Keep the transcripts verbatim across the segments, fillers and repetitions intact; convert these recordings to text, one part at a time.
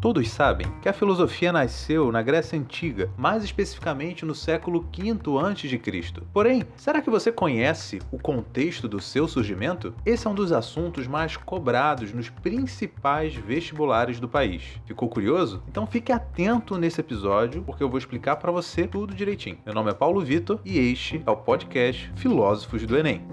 Todos sabem que a filosofia nasceu na Grécia Antiga, mais especificamente no século quinto antes de Cristo. Porém, será que você conhece o contexto do seu surgimento? Esse é um dos assuntos mais cobrados nos principais vestibulares do país. Ficou curioso? Então fique atento nesse episódio, porque eu vou explicar para você tudo direitinho. Meu nome é Paulo Vitor e este é o podcast Filósofos do Enem.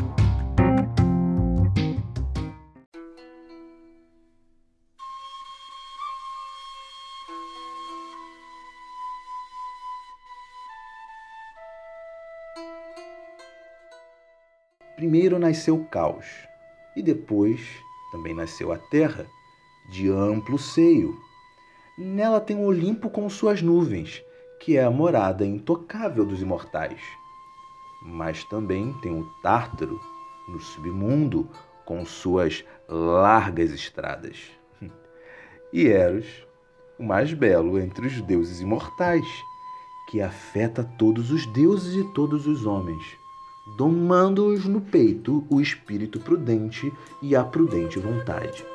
Primeiro nasceu o caos, e depois também nasceu a terra, de amplo seio. Nela tem o Olimpo com suas nuvens, que é a morada intocável dos imortais. Mas também tem o Tártaro, no submundo, com suas largas estradas. E Eros, o mais belo entre os deuses imortais, que afeta todos os deuses e todos os homens, domando-os no peito o espírito prudente e a prudente vontade.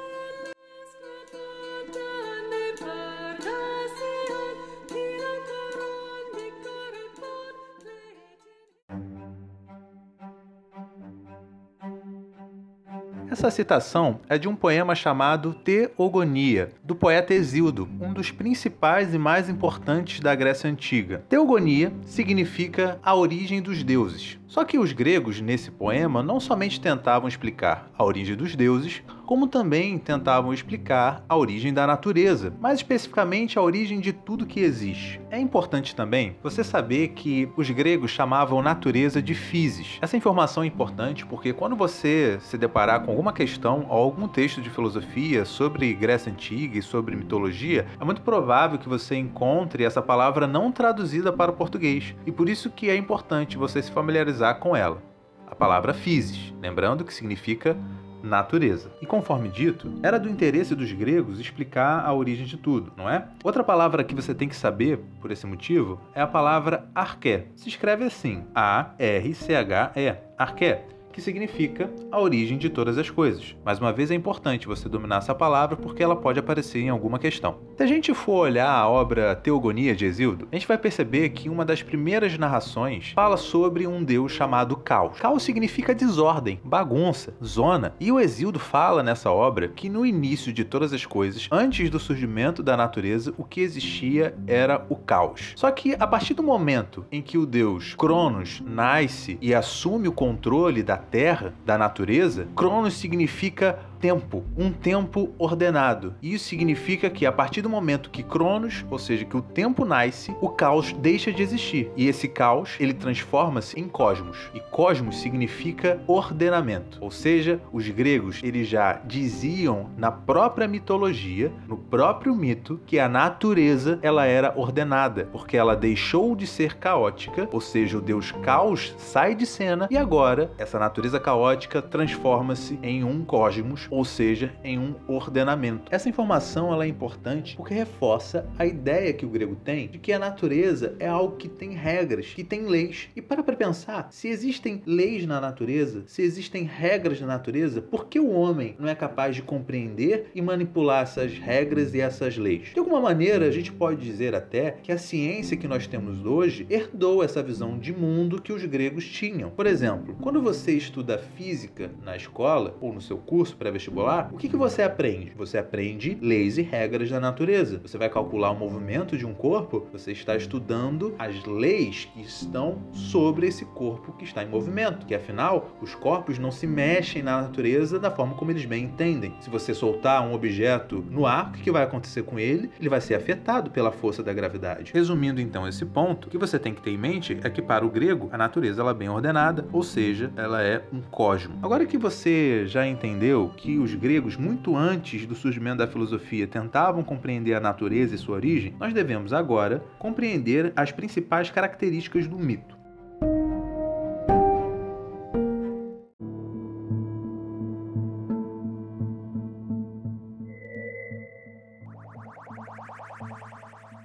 Essa citação é de um poema chamado Teogonia, do poeta Hesíodo, um dos principais e mais importantes da Grécia Antiga. Teogonia significa a origem dos deuses. Só que os gregos, nesse poema, não somente tentavam explicar a origem dos deuses, como também tentavam explicar a origem da natureza, mais especificamente a origem de tudo que existe. É importante também você saber que os gregos chamavam natureza de physis. Essa informação é importante porque quando você se deparar com alguma questão ou algum texto de filosofia sobre Grécia Antiga e sobre mitologia, é muito provável que você encontre essa palavra não traduzida para o português, e por isso que é importante você se familiarizar com ela. A palavra physis, lembrando que significa natureza. E conforme dito, era do interesse dos gregos explicar a origem de tudo, não é? Outra palavra que você tem que saber, por esse motivo, é a palavra arché. Se escreve assim, A R C H E, arché, que significa a origem de todas as coisas. Mais uma vez é importante você dominar essa palavra porque ela pode aparecer em alguma questão. Se a gente for olhar a obra Teogonia de Hesíodo, a gente vai perceber que uma das primeiras narrações fala sobre um deus chamado Caos. Caos significa desordem, bagunça, zona. E o Hesíodo fala nessa obra que no início de todas as coisas, antes do surgimento da natureza, o que existia era o caos. Só que a partir do momento em que o deus Cronos nasce e assume o controle da terra, da natureza, Cronos significa tempo, um tempo ordenado. E isso significa que a partir do momento que Cronos, ou seja, que o tempo nasce, o caos deixa de existir. E esse caos, ele transforma-se em cosmos. E cosmos significa ordenamento. Ou seja, os gregos, eles já diziam na própria mitologia, no próprio mito, que a natureza, ela era ordenada, porque ela deixou de ser caótica, ou seja, o deus Caos sai de cena e agora essa natureza caótica transforma-se em um cosmos, ou seja, em um ordenamento. Essa informação ela é importante porque reforça a ideia que o grego tem de que a natureza é algo que tem regras, que tem leis. E para para pensar, se existem leis na natureza, se existem regras na natureza, por que o homem não é capaz de compreender e manipular essas regras e essas leis? De alguma maneira, a gente pode dizer até que a ciência que nós temos hoje herdou essa visão de mundo que os gregos tinham. Por exemplo, quando você estuda física na escola ou no seu curso pré-vestibular, o que, que você aprende? Você aprende leis e regras da natureza. Você vai calcular o movimento de um corpo, você está estudando as leis que estão sobre esse corpo que está em movimento, que afinal, os corpos não se mexem na natureza da forma como eles bem entendem. Se você soltar um objeto no ar, o que, que vai acontecer com ele? Ele vai ser afetado pela força da gravidade. Resumindo então esse ponto, o que você tem que ter em mente é que para o grego, a natureza ela é bem ordenada, ou seja, ela é um cosmo. Agora que você já entendeu que os gregos, muito antes do surgimento da filosofia, tentavam compreender a natureza e sua origem, nós devemos agora compreender as principais características do mito.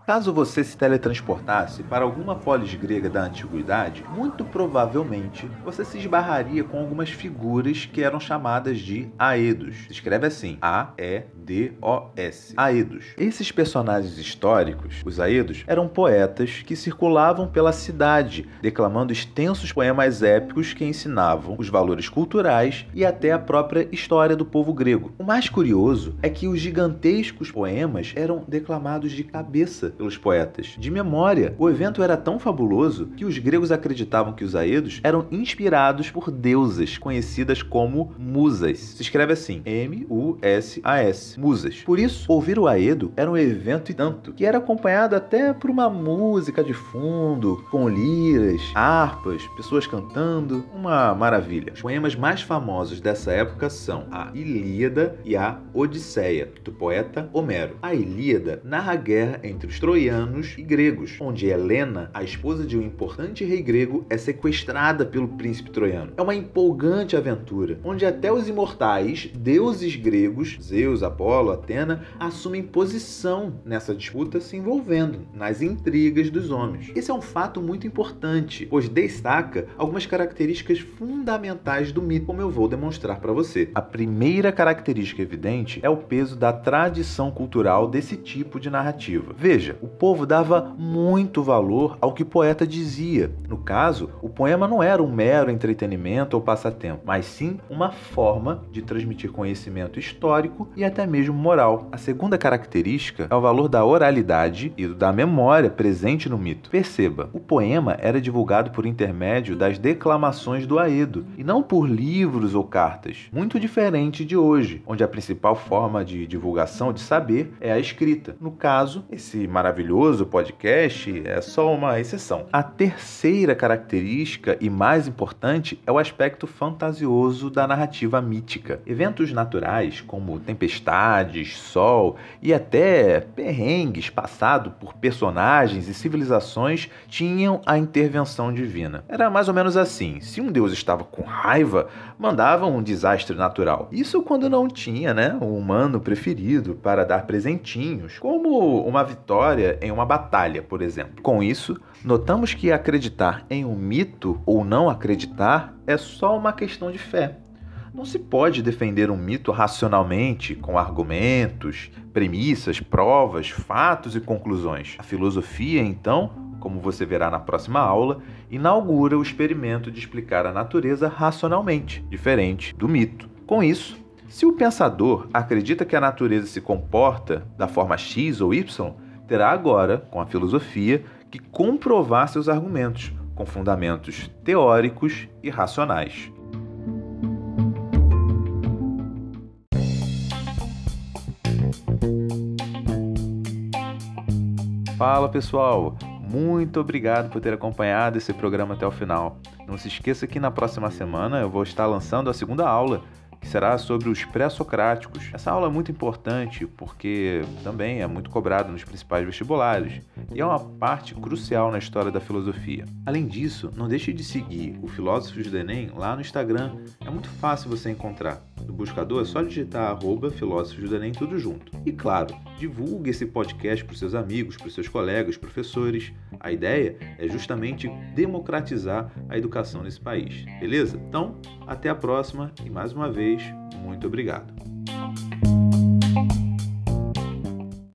Caso você se teletransportasse para alguma polis grega da antiguidade, muito provavelmente você se esbarraria com algumas figuras que eram chamadas de Aedos. Se escreve assim, A E D O S. Aedos. Esses personagens históricos, os Aedos, eram poetas que circulavam pela cidade, declamando extensos poemas épicos que ensinavam os valores culturais e até a própria história do povo grego. O mais curioso é que os gigantescos poemas eram declamados de cabeça pelos poetas, de memória. O evento era tão fabuloso que os gregos acreditavam que os Aedos eram inspirados por deusas conhecidas como musas. Se escreve assim, M U S A S, musas. Por isso, ouvir o Aedo era um evento e tanto, que era acompanhado até por uma música de fundo, com liras, harpas, pessoas cantando, uma maravilha. Os poemas mais famosos dessa época são a Ilíada e a Odisseia, do poeta Homero. A Ilíada narra a guerra entre os troianos e gregos, onde Helena, a esposa de um importante rei grego, é sequestrada pelo príncipe troiano. É uma empolgante aventura, onde até os imortais deuses gregos, Zeus, Apolo, Atena, assumem posição nessa disputa, se envolvendo nas intrigas dos homens. Esse é um fato muito importante, pois destaca algumas características fundamentais do mito, como eu vou demonstrar para você. A primeira característica evidente é o peso da tradição cultural desse tipo de narrativa. Veja, o povo dava muito valor ao que o poeta dizia. No caso, o poema não era um mero entretenimento ou passatempo, mas sim uma forma de transmitir conhecimento histórico e até mesmo moral. A segunda característica é o valor da oralidade e da memória presente no mito. Perceba, o poema era divulgado por intermédio das declamações do Aedo, e não por livros ou cartas, muito diferente de hoje, onde a principal forma de divulgação de saber é a escrita. No caso, esse maravilhoso podcast é só uma exceção. A terceira característica e mais importante é o aspecto fantasioso da narrativa mítica. Eventos naturais, como tempestades, sol e até perrengues passados por personagens e civilizações, tinham a intervenção divina. Era mais ou menos assim: se um deus estava com raiva, mandava um desastre natural. Isso quando não tinha, né, o humano preferido para dar presentinhos, como uma vitória em uma batalha, por exemplo. Com isso, notamos que acreditar em um mito ou não acreditar é só uma questão de fé. Não se pode defender um mito racionalmente, com argumentos, premissas, provas, fatos e conclusões. A filosofia, então, como você verá na próxima aula, inaugura o experimento de explicar a natureza racionalmente, diferente do mito. Com isso, se o pensador acredita que a natureza se comporta da forma X ou Y, terá agora, com a filosofia, que comprovar seus argumentos, com fundamentos teóricos e racionais. Fala pessoal, muito obrigado por ter acompanhado esse programa até o final. Não se esqueça que na próxima semana eu vou estar lançando a segunda aula, que será sobre os pré-socráticos. Essa aula é muito importante porque também é muito cobrada nos principais vestibulares e é uma parte crucial na história da filosofia. Além disso, não deixe de seguir o Filósofos do Enem lá no Instagram. É muito fácil você encontrar. No buscador é só digitar arroba Filósofos do Enem tudo junto. E claro, divulgue esse podcast para os seus amigos, para os seus colegas, professores. A ideia é justamente democratizar a educação nesse país, beleza? Então, até a próxima e mais uma vez, muito obrigado.